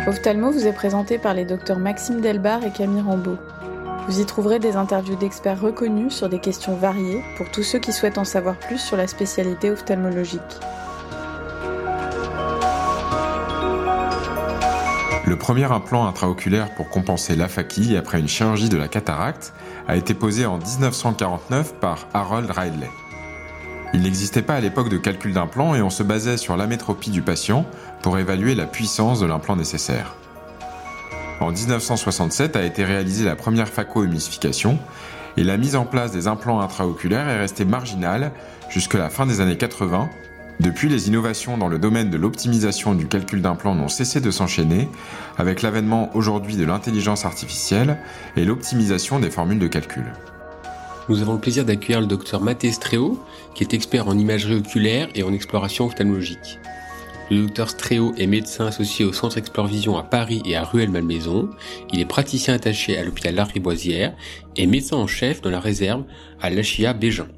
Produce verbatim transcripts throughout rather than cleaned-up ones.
Ophthalmo vous est présenté par les docteurs Maxime Delbar et Camille Rambaud. Vous y trouverez des interviews d'experts reconnus sur des questions variées pour tous ceux qui souhaitent en savoir plus sur la spécialité ophtalmologique. Le premier implant intraoculaire pour compenser l'aphakie après une chirurgie de la cataracte a été posé en dix-neuf cent quarante-neuf par Harold Ridley. Il n'existait pas à l'époque de calcul d'implant et on se basait sur l'amétropie du patient pour évaluer la puissance de l'implant nécessaire. En dix-neuf cent soixante-sept a été réalisée la première phaco-émissification et la mise en place des implants intraoculaires est restée marginale jusqu'à la fin des années quatre-vingts. Depuis, les innovations dans le domaine de l'optimisation du calcul d'implants n'ont cessé de s'enchaîner, avec l'avènement aujourd'hui de l'intelligence artificielle et l'optimisation des formules de calcul. Nous avons le plaisir d'accueillir le docteur Mathé Stréau, qui est expert en imagerie oculaire et en exploration ophtalmologique. Le docteur Stréau est médecin associé au Centre Explore Vision à Paris et à Rueil-Malmaison. Il est praticien attaché à l'hôpital Lariboisière et médecin en chef dans la réserve à l'H I A Bégin.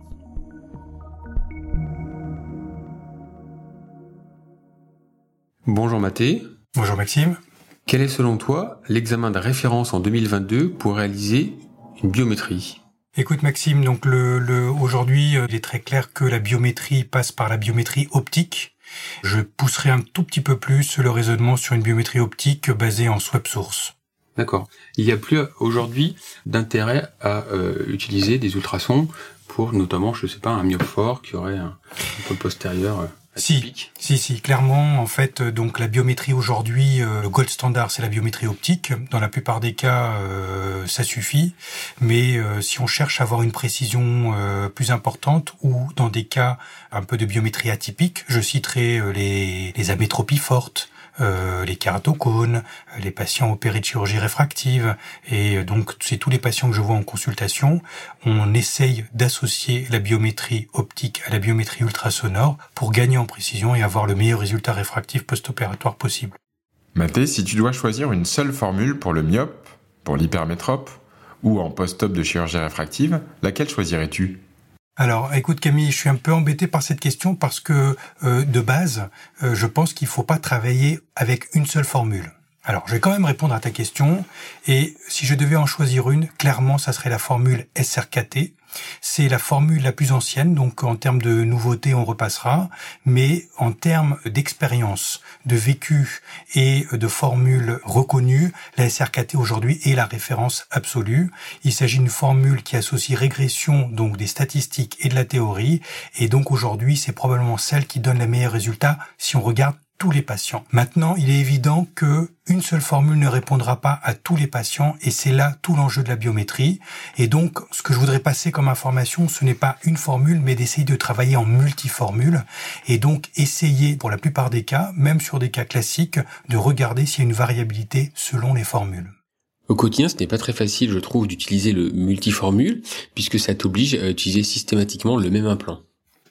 Bonjour Mathé. Bonjour Maxime. Quel est selon toi l'examen de référence en deux mille vingt-deux pour réaliser une biométrie ? Écoute Maxime, donc le, le, aujourd'hui il est très clair que la biométrie passe par la biométrie optique. Je pousserai un tout petit peu plus le raisonnement sur une biométrie optique basée en swab source. D'accord. Il n'y a plus aujourd'hui d'intérêt à euh, utiliser des ultrasons pour notamment, je sais pas, un myope fort qui aurait un, un pôle postérieur euh, atypique. Si, si, si, clairement, en fait, donc la biométrie aujourd'hui, euh, le gold standard, c'est la biométrie optique. Dans la plupart des cas, euh, ça suffit. Mais euh, si on cherche à avoir une précision euh, plus importante ou dans des cas un peu de biométrie atypique, je citerai euh, les, les amétropies fortes, Euh, les kératocones, les patients opérés de chirurgie réfractive, et donc c'est tous les patients que je vois en consultation. On essaye d'associer la biométrie optique à la biométrie ultrasonore pour gagner en précision et avoir le meilleur résultat réfractif post-opératoire possible. Mathé, si tu dois choisir une seule formule pour le myope, pour l'hypermétrope ou en post-op de chirurgie réfractive, laquelle choisirais-tu ? Alors, écoute Camille, je suis un peu embêté par cette question parce que, euh, de base, euh, je pense qu'il faut pas travailler avec une seule formule. Alors, je vais quand même répondre à ta question, et si je devais en choisir une, clairement, ça serait la formule S R K T. C'est la formule la plus ancienne, donc en termes de nouveauté, on repassera, mais en termes d'expérience, de vécu et de formules reconnues, la S R K T aujourd'hui est la référence absolue. Il s'agit d'une formule qui associe régression, donc des statistiques et de la théorie, et donc aujourd'hui, c'est probablement celle qui donne les meilleurs résultats si on regarde tous les patients. Maintenant, il est évident que une seule formule ne répondra pas à tous les patients et c'est là tout l'enjeu de la biométrie. Et donc, ce que je voudrais passer comme information, ce n'est pas une formule, mais d'essayer de travailler en multiformule et donc essayer, pour la plupart des cas, même sur des cas classiques, de regarder s'il y a une variabilité selon les formules. Au quotidien, ce n'est pas très facile, je trouve, d'utiliser le multiformule puisque ça t'oblige à utiliser systématiquement le même implant.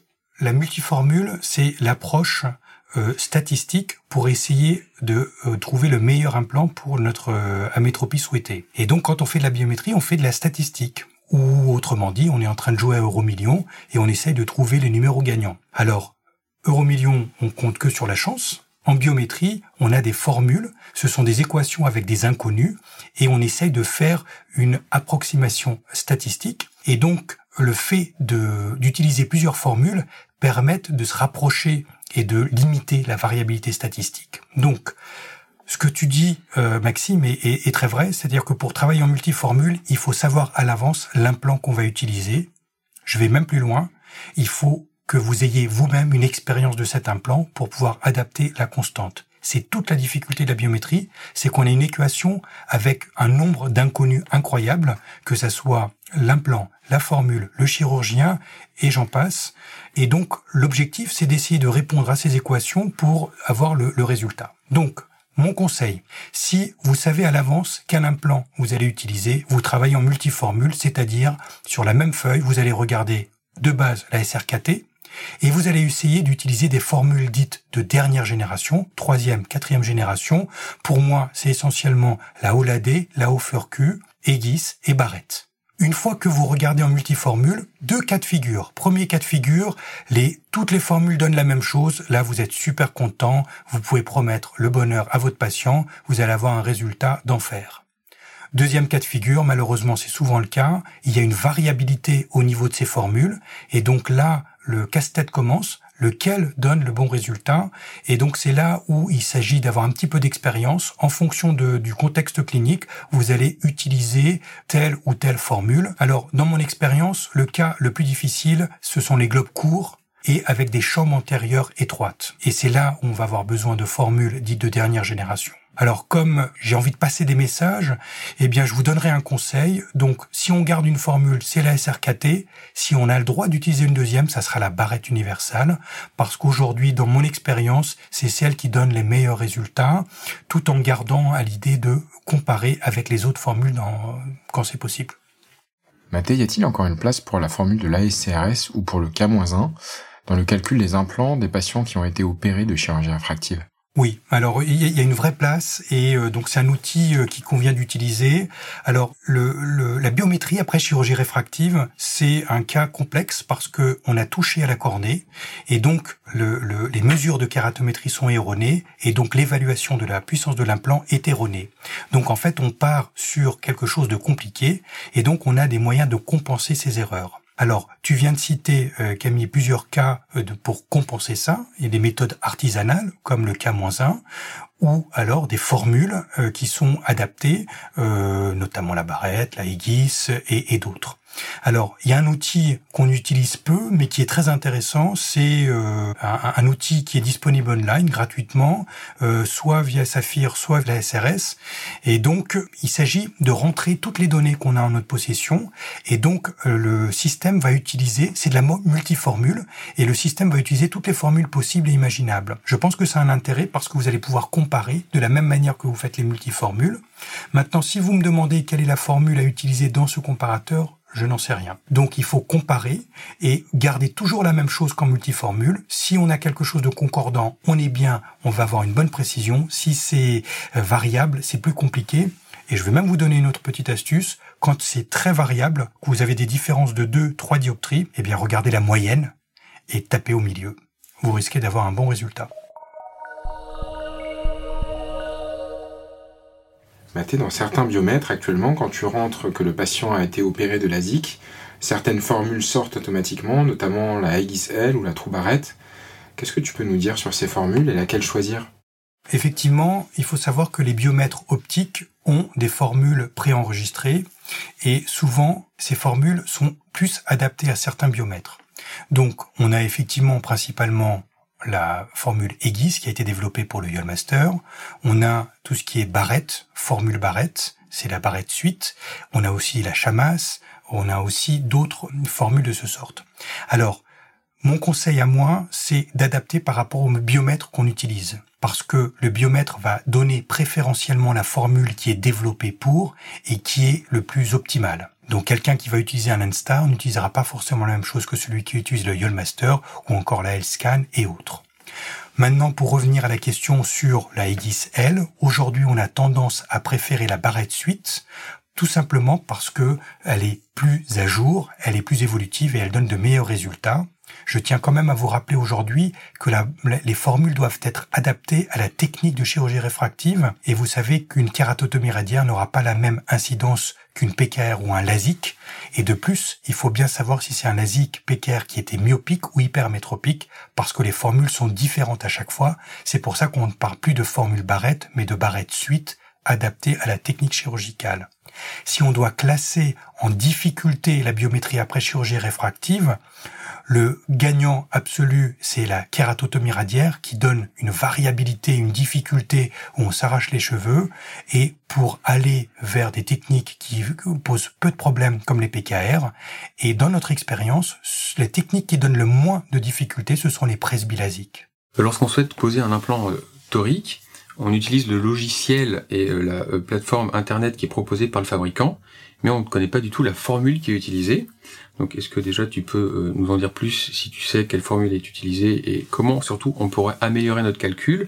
La multiformule, c'est l'approche Euh, statistique pour essayer de euh, trouver le meilleur implant pour notre euh, amétropie souhaitée. Et donc, quand on fait de la biométrie, on fait de la statistique. Ou autrement dit, on est en train de jouer à Euromillion et on essaye de trouver les numéros gagnants. Alors, Euromillion, on compte que sur la chance. En biométrie, on a des formules, ce sont des équations avec des inconnus et on essaye de faire une approximation statistique. Et donc, le fait de d'utiliser plusieurs formules permettent de se rapprocher et de limiter la variabilité statistique. Donc, ce que tu dis, euh, Maxime, est, est, est très vrai, c'est-à-dire que pour travailler en multiformule, il faut savoir à l'avance l'implant qu'on va utiliser. Je vais même plus loin, il faut que vous ayez vous-même une expérience de cet implant pour pouvoir adapter la constante. C'est toute la difficulté de la biométrie, c'est qu'on a une équation avec un nombre d'inconnus incroyables, que ça soit l'implant, la formule, le chirurgien, et j'en passe. Et donc, l'objectif, c'est d'essayer de répondre à ces équations pour avoir le, le résultat. Donc, mon conseil, si vous savez à l'avance quel implant vous allez utiliser, vous travaillez en multiformule, c'est-à-dire, sur la même feuille, vous allez regarder de base la S R K T, et vous allez essayer d'utiliser des formules dites de dernière génération, troisième, quatrième génération. Pour moi, c'est essentiellement la Hollade, la Hofer-Q, Aegis et Barrett. Une fois que vous regardez en multiformule, deux cas de figure. Premier cas de figure, les, toutes les formules donnent la même chose. Là, vous êtes super content. Vous pouvez promettre le bonheur à votre patient. Vous allez avoir un résultat d'enfer. Deuxième cas de figure, malheureusement, c'est souvent le cas. Il y a une variabilité au niveau de ces formules. Et donc là, le casse-tête commence. Lequel donne le bon résultat. Et donc c'est là où il s'agit d'avoir un petit peu d'expérience. En fonction de, du contexte clinique, vous allez utiliser telle ou telle formule. Alors dans mon expérience, le cas le plus difficile, ce sont les globes courts et avec des chambres antérieures étroites. Et c'est là où on va avoir besoin de formules dites de dernière génération. Alors, comme j'ai envie de passer des messages, eh bien, je vous donnerai un conseil. Donc, si on garde une formule, c'est la S R K T. Si on a le droit d'utiliser une deuxième, ça sera la barrette universale. Parce qu'aujourd'hui, dans mon expérience, c'est celle qui donne les meilleurs résultats, tout en gardant à l'idée de comparer avec les autres formules dans, quand c'est possible. Mathé, y a-t-il encore une place pour la formule de l'A S C R S ou pour le K un dans le calcul des implants des patients qui ont été opérés de chirurgie réfractive ? Oui, alors il y a une vraie place et euh, donc c'est un outil euh, qui convient d'utiliser. Alors le, le, la biométrie après chirurgie réfractive, c'est un cas complexe parce que on a touché à la cornée et donc le, le, les mesures de kératométrie sont erronées et donc l'évaluation de la puissance de l'implant est erronée. Donc en fait, on part sur quelque chose de compliqué et donc on a des moyens de compenser ces erreurs. Alors, tu viens de citer, euh, Camille, plusieurs cas euh, de, pour compenser ça. Il y a des méthodes artisanales, comme le K un, ou alors des formules euh, qui sont adaptées, euh, notamment la barrette, la Aegis et, et d'autres. Alors, il y a un outil qu'on utilise peu, mais qui est très intéressant. C'est euh, un, un outil qui est disponible online gratuitement, euh, soit via Saphir, soit via la S R S. Et donc, il s'agit de rentrer toutes les données qu'on a en notre possession. Et donc, euh, le système va utiliser, c'est de la multiformule, et le système va utiliser toutes les formules possibles et imaginables. Je pense que ça a un intérêt parce que vous allez pouvoir comparer de la même manière que vous faites les multiformules. Maintenant, si vous me demandez quelle est la formule à utiliser dans ce comparateur, je n'en sais rien. Donc il faut comparer et garder toujours la même chose qu'en multiformule. Si on a quelque chose de concordant, on est bien, on va avoir une bonne précision. Si c'est variable, c'est plus compliqué. Et je vais même vous donner une autre petite astuce. Quand c'est très variable, que vous avez des différences de deux, trois dioptries, eh bien regardez la moyenne et tapez au milieu. Vous risquez d'avoir un bon résultat. Mathé, dans certains biomètres, actuellement, quand tu rentres que le patient a été opéré de LASIK, certaines formules sortent automatiquement, notamment la Aegis L ou la True Barrette. Qu'est-ce que tu peux nous dire sur ces formules et laquelle choisir ? Effectivement, il faut savoir que les biomètres optiques ont des formules préenregistrées et souvent, ces formules sont plus adaptées à certains biomètres. Donc, on a effectivement principalement la formule Aegis qui a été développée pour le YoLMaster. On a tout ce qui est barrette, formule barrette, c'est la barrette suite. On a aussi la Chamasse, on a aussi d'autres formules de ce sorte. Alors, mon conseil à moi, c'est d'adapter par rapport au biomètre qu'on utilise. Parce que le biomètre va donner préférentiellement la formule qui est développée pour et qui est le plus optimal. Donc quelqu'un qui va utiliser un N-Star n'utilisera pas forcément la même chose que celui qui utilise le YoLMaster ou encore la L-Scan et autres. Maintenant, pour revenir à la question sur la Aegis L, aujourd'hui on a tendance à préférer la barrette suite, tout simplement parce que elle est plus à jour, elle est plus évolutive et elle donne de meilleurs résultats. Je tiens quand même à vous rappeler aujourd'hui que la, les formules doivent être adaptées à la technique de chirurgie réfractive et vous savez qu'une kératotomie radiaire n'aura pas la même incidence qu'une P K R ou un LASIK. Et de plus, il faut bien savoir si c'est un LASIK P K R qui était myopique ou hypermétropique parce que les formules sont différentes à chaque fois. C'est pour ça qu'on ne parle plus de formule barrette mais de barrette suite adaptée à la technique chirurgicale. Si on doit classer en difficulté la biométrie après chirurgie réfractive, le gagnant absolu, c'est la kératotomie radiaire qui donne une variabilité, une difficulté où on s'arrache les cheveux. Et pour aller vers des techniques qui posent peu de problèmes comme les P K R, et dans notre expérience, les techniques qui donnent le moins de difficultés, ce sont les presbylasik. Lorsqu'on souhaite poser un implant euh, torique, on utilise le logiciel et euh, la euh, plateforme internet qui est proposée par le fabricant, mais on ne connaît pas du tout la formule qui est utilisée. Donc est-ce que déjà tu peux euh, nous en dire plus si tu sais quelle formule est utilisée et comment surtout on pourrait améliorer notre calcul ?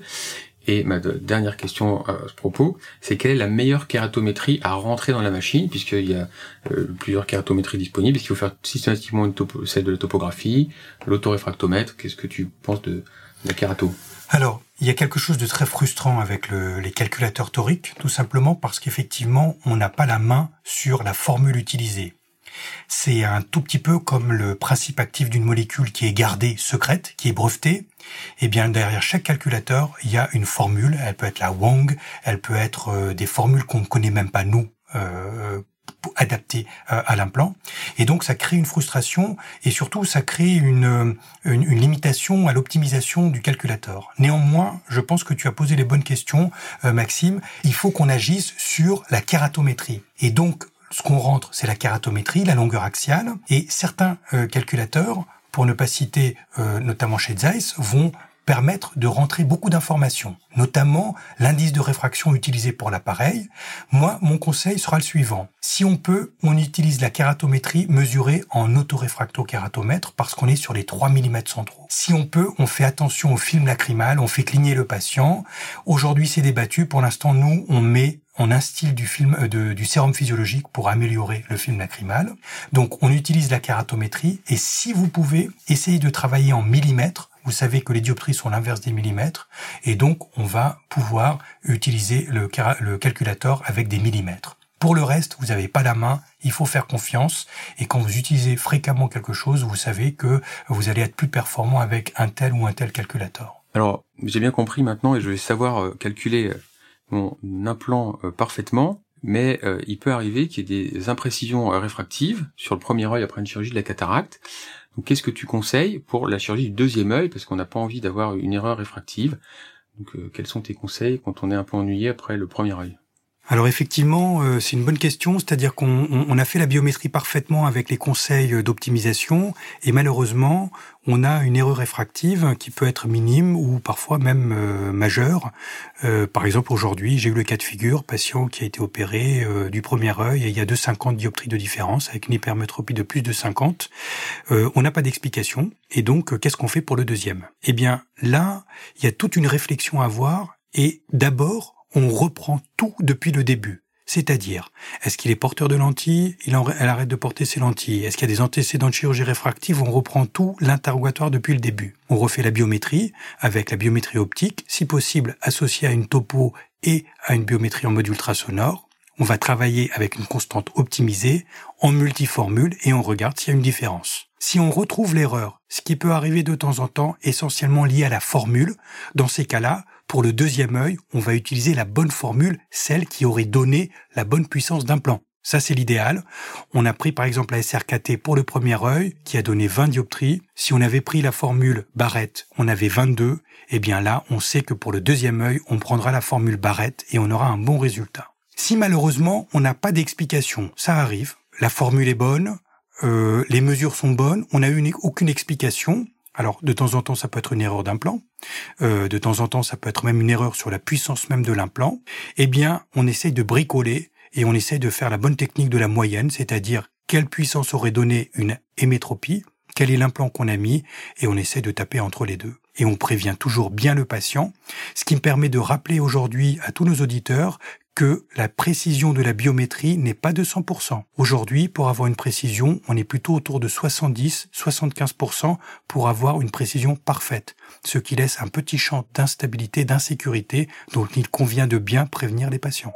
Et ma dernière question à ce propos, c'est quelle est la meilleure kératométrie à rentrer dans la machine, puisqu'il y a euh, plusieurs kératométries disponibles. Est-ce qu'il faut faire systématiquement une topo, celle de la topographie, l'autoréfractomètre? Qu'est-ce que tu penses de, de la kérato? Alors, il y a quelque chose de très frustrant avec le, les calculateurs toriques, tout simplement parce qu'effectivement, on n'a pas la main sur la formule utilisée. C'est un tout petit peu comme le principe actif d'une molécule qui est gardée secrète, qui est brevetée. Et bien derrière chaque calculateur, il y a une formule. Elle peut être la Wong, elle peut être euh, des formules qu'on ne connaît même pas nous, euh, adaptées euh, à l'implant. Et donc ça crée une frustration et surtout ça crée une, une, une limitation à l'optimisation du calculateur. Néanmoins, je pense que tu as posé les bonnes questions, euh, Maxime. Il faut qu'on agisse sur la kératométrie. Et donc ce qu'on rentre, c'est la kératométrie, la longueur axiale, et certains euh, calculateurs, pour ne pas citer euh, notamment chez Zeiss, vont permettre de rentrer beaucoup d'informations, notamment l'indice de réfraction utilisé pour l'appareil. Moi, mon conseil sera le suivant. Si on peut, on utilise la kératométrie mesurée en autoréfractokeratomètre parce qu'on est sur les trois millimètres centraux. Si on peut, on fait attention au film lacrymal, on fait cligner le patient. Aujourd'hui, c'est débattu. Pour l'instant, nous, on met on instille du film de, du sérum physiologique pour améliorer le film lacrymal. Donc, on utilise la kératométrie et si vous pouvez, essayez de travailler en millimètres. Vous savez que les dioptries sont l'inverse des millimètres et donc on va pouvoir utiliser le, le calculateur avec des millimètres. Pour le reste, vous n'avez pas la main, il faut faire confiance et quand vous utilisez fréquemment quelque chose, vous savez que vous allez être plus performant avec un tel ou un tel calculateur. Alors, j'ai bien compris maintenant et je vais savoir euh, calculer mon implant euh, parfaitement, mais euh, il peut arriver qu'il y ait des imprécisions euh, réfractives sur le premier œil après une chirurgie de la cataracte. Donc, qu'est-ce que tu conseilles pour la chirurgie du deuxième œil, parce qu'on n'a pas envie d'avoir une erreur réfractive. Donc, euh, quels sont tes conseils quand on est un peu ennuyé après le premier œil? Alors effectivement, euh, c'est une bonne question, c'est-à-dire qu'on on, on a fait la biométrie parfaitement avec les conseils d'optimisation et malheureusement, on a une erreur réfractive qui peut être minime ou parfois même euh, majeure. Euh, par exemple, aujourd'hui, j'ai eu le cas de figure, patient qui a été opéré euh, du premier œil et il y a deux virgule cinquante dioptries de différence avec une hypermétropie de plus de cinquante. Euh, on n'a pas d'explication et donc, euh, qu'est-ce qu'on fait pour le deuxième? Eh bien, là, il y a toute une réflexion à avoir et d'abord, on reprend tout depuis le début. C'est-à-dire, est-ce qu'il est porteur de lentilles? Il en, elle arrête de porter ses lentilles. Est-ce qu'il y a des antécédents de chirurgie réfractive? On reprend tout l'interrogatoire depuis le début. On refait la biométrie avec la biométrie optique, si possible associée à une topo et à une biométrie en mode ultrasonore. On va travailler avec une constante optimisée en multiformule et on regarde s'il y a une différence. Si on retrouve l'erreur, ce qui peut arriver de temps en temps, essentiellement lié à la formule, dans ces cas-là, pour le deuxième œil, on va utiliser la bonne formule, celle qui aurait donné la bonne puissance d'implant. Ça, c'est l'idéal. On a pris par exemple la S R K T pour le premier œil, qui a donné vingt dioptries. Si on avait pris la formule Barrett, on avait vingt-deux. Eh bien là, on sait que pour le deuxième œil, on prendra la formule Barrett et on aura un bon résultat. Si malheureusement, on n'a pas d'explication, ça arrive. La formule est bonne, euh, les mesures sont bonnes, on n'a eu aucune explication. Alors, de temps en temps, ça peut être une erreur d'implant. Euh, de temps en temps, ça peut être même une erreur sur la puissance même de l'implant. Eh bien, on essaye de bricoler et on essaye de faire la bonne technique de la moyenne, c'est-à-dire quelle puissance aurait donné une hémétropie, quel est l'implant qu'on a mis, et on essaie de taper entre les deux. Et on prévient toujours bien le patient, ce qui me permet de rappeler aujourd'hui à tous nos auditeurs que la précision de la biométrie n'est pas de cent pour cent. Aujourd'hui, pour avoir une précision, on est plutôt autour de soixante-dix à soixante-quinze pour cent pour avoir une précision parfaite, ce qui laisse un petit champ d'instabilité, d'insécurité dont il convient de bien prévenir les patients.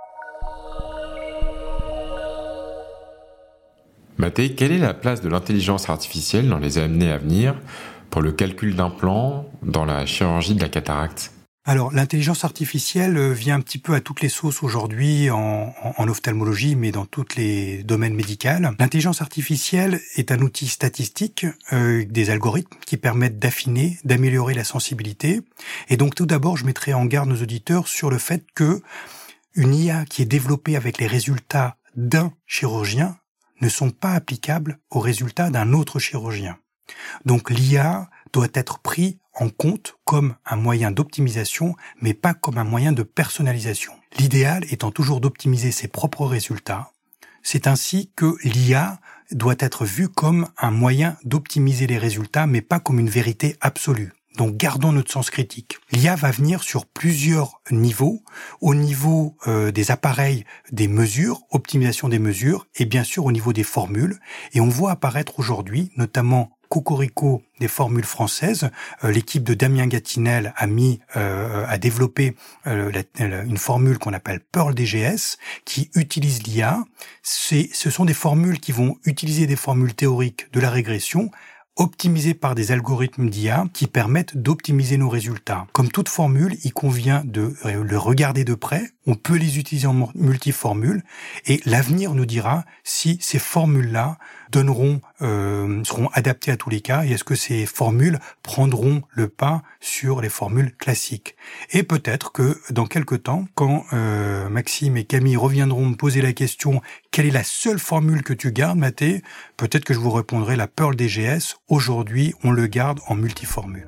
Mathé, quelle est la place de l'intelligence artificielle dans les années à venir pour le calcul d'implants dans la chirurgie de la cataracte? Alors, l'intelligence artificielle vient un petit peu à toutes les sauces aujourd'hui en, en, en ophtalmologie, mais dans tous les domaines médicaux. L'intelligence artificielle est un outil statistique, euh, des algorithmes qui permettent d'affiner, d'améliorer la sensibilité. Et donc, tout d'abord, je mettrai en garde nos auditeurs sur le fait que une I A qui est développée avec les résultats d'un chirurgien ne sont pas applicables aux résultats d'un autre chirurgien. Donc, l'I A doit être pris en compte comme un moyen d'optimisation, mais pas comme un moyen de personnalisation. L'idéal étant toujours d'optimiser ses propres résultats. C'est ainsi que l'I A doit être vue comme un moyen d'optimiser les résultats, mais pas comme une vérité absolue. Donc gardons notre sens critique. L'I A va venir sur plusieurs niveaux, au niveau euh, des appareils, des mesures, optimisation des mesures, et bien sûr au niveau des formules. Et on voit apparaître aujourd'hui, notamment Cocorico, des formules françaises. Euh, l'équipe de Damien Gatinel a mis, euh, a développé euh, la, la, une formule qu'on appelle Pearl D G S, qui utilise l'I A. C'est, ce sont des formules qui vont utiliser des formules théoriques de la régression, optimisées par des algorithmes d'I A qui permettent d'optimiser nos résultats. Comme toute formule, il convient de le regarder de près. On peut les utiliser en multiformule et l'avenir nous dira si ces formules-là donneront, euh, seront adaptées à tous les cas et est-ce que ces formules prendront le pas sur les formules classiques. Et peut-être que dans quelque temps, quand euh, Maxime et Camille reviendront me poser la question « Quelle est la seule formule que tu gardes, Mathé ?» Peut-être que je vous répondrai la Pearl D G S. Aujourd'hui, on le garde en multiformule.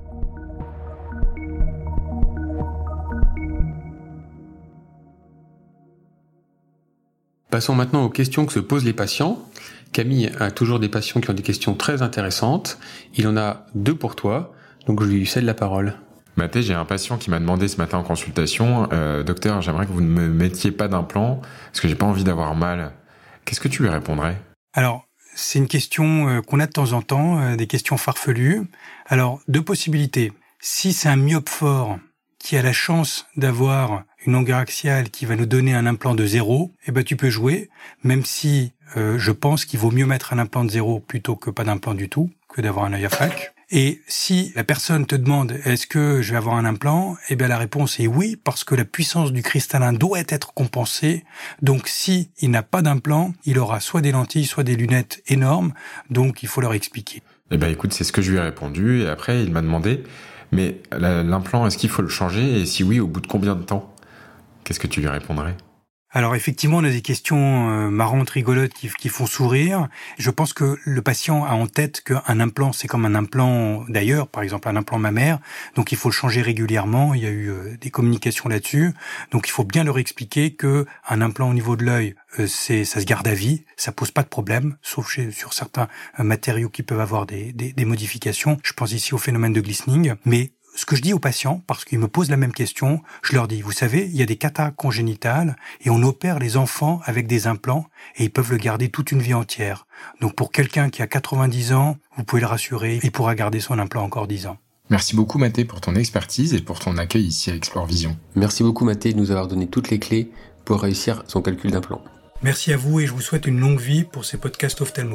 Passons maintenant aux questions que se posent les patients. Camille a toujours des patients qui ont des questions très intéressantes. Il en a deux pour toi, donc je lui cède la parole. Mathé, j'ai un patient qui m'a demandé ce matin en consultation euh, « Docteur, j'aimerais que vous ne me mettiez pas d'implant parce que j'ai pas envie d'avoir mal. » Qu'est-ce que tu lui répondrais ? Alors, c'est une question qu'on a de temps en temps, des questions farfelues. Alors, deux possibilités. Si c'est un myope fort qui a la chance d'avoir une longueur axiale qui va nous donner un implant de zéro, eh ben tu peux jouer, même si euh, je pense qu'il vaut mieux mettre un implant de zéro plutôt que pas d'implant du tout, que d'avoir un œil à fac. Et si la personne te demande est-ce que je vais avoir un implant, eh bien la réponse est oui, parce que la puissance du cristallin doit être compensée. Donc si il n'a pas d'implant, il aura soit des lentilles, soit des lunettes énormes. Donc il faut leur expliquer. Eh ben écoute, c'est ce que je lui ai répondu. Et après, il m'a demandé, mais l'implant, est-ce qu'il faut le changer ? Et si oui, au bout de combien de temps ? Qu'est-ce que tu lui répondrais ? Alors effectivement, on a des questions euh, marrantes, rigolotes qui, qui font sourire. Je pense que le patient a en tête qu'un implant, c'est comme un implant d'ailleurs, par exemple un implant mammaire, donc il faut le changer régulièrement. Il y a eu euh, des communications là-dessus, donc il faut bien leur expliquer que un implant au niveau de l'œil, euh, c'est ça se garde à vie, ça pose pas de problème, sauf chez, sur certains euh, matériaux qui peuvent avoir des, des, des modifications. Je pense ici au phénomène de glistening, mais ce que je dis aux patients, parce qu'ils me posent la même question, je leur dis, vous savez, il y a des cataractes congénitales et on opère les enfants avec des implants et ils peuvent le garder toute une vie entière. Donc pour quelqu'un qui a quatre-vingt-dix ans, vous pouvez le rassurer, il pourra garder son implant encore dix ans. Merci beaucoup Mathé pour ton expertise et pour ton accueil ici à Explore Vision. Merci beaucoup Mathé de nous avoir donné toutes les clés pour réussir son calcul d'implant. Merci à vous et je vous souhaite une longue vie pour ces podcasts ophtalmo.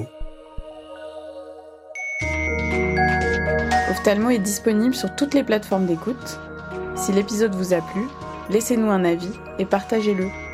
Ophtalmo est disponible sur toutes les plateformes d'écoute. Si l'épisode vous a plu, laissez-nous un avis et partagez-le.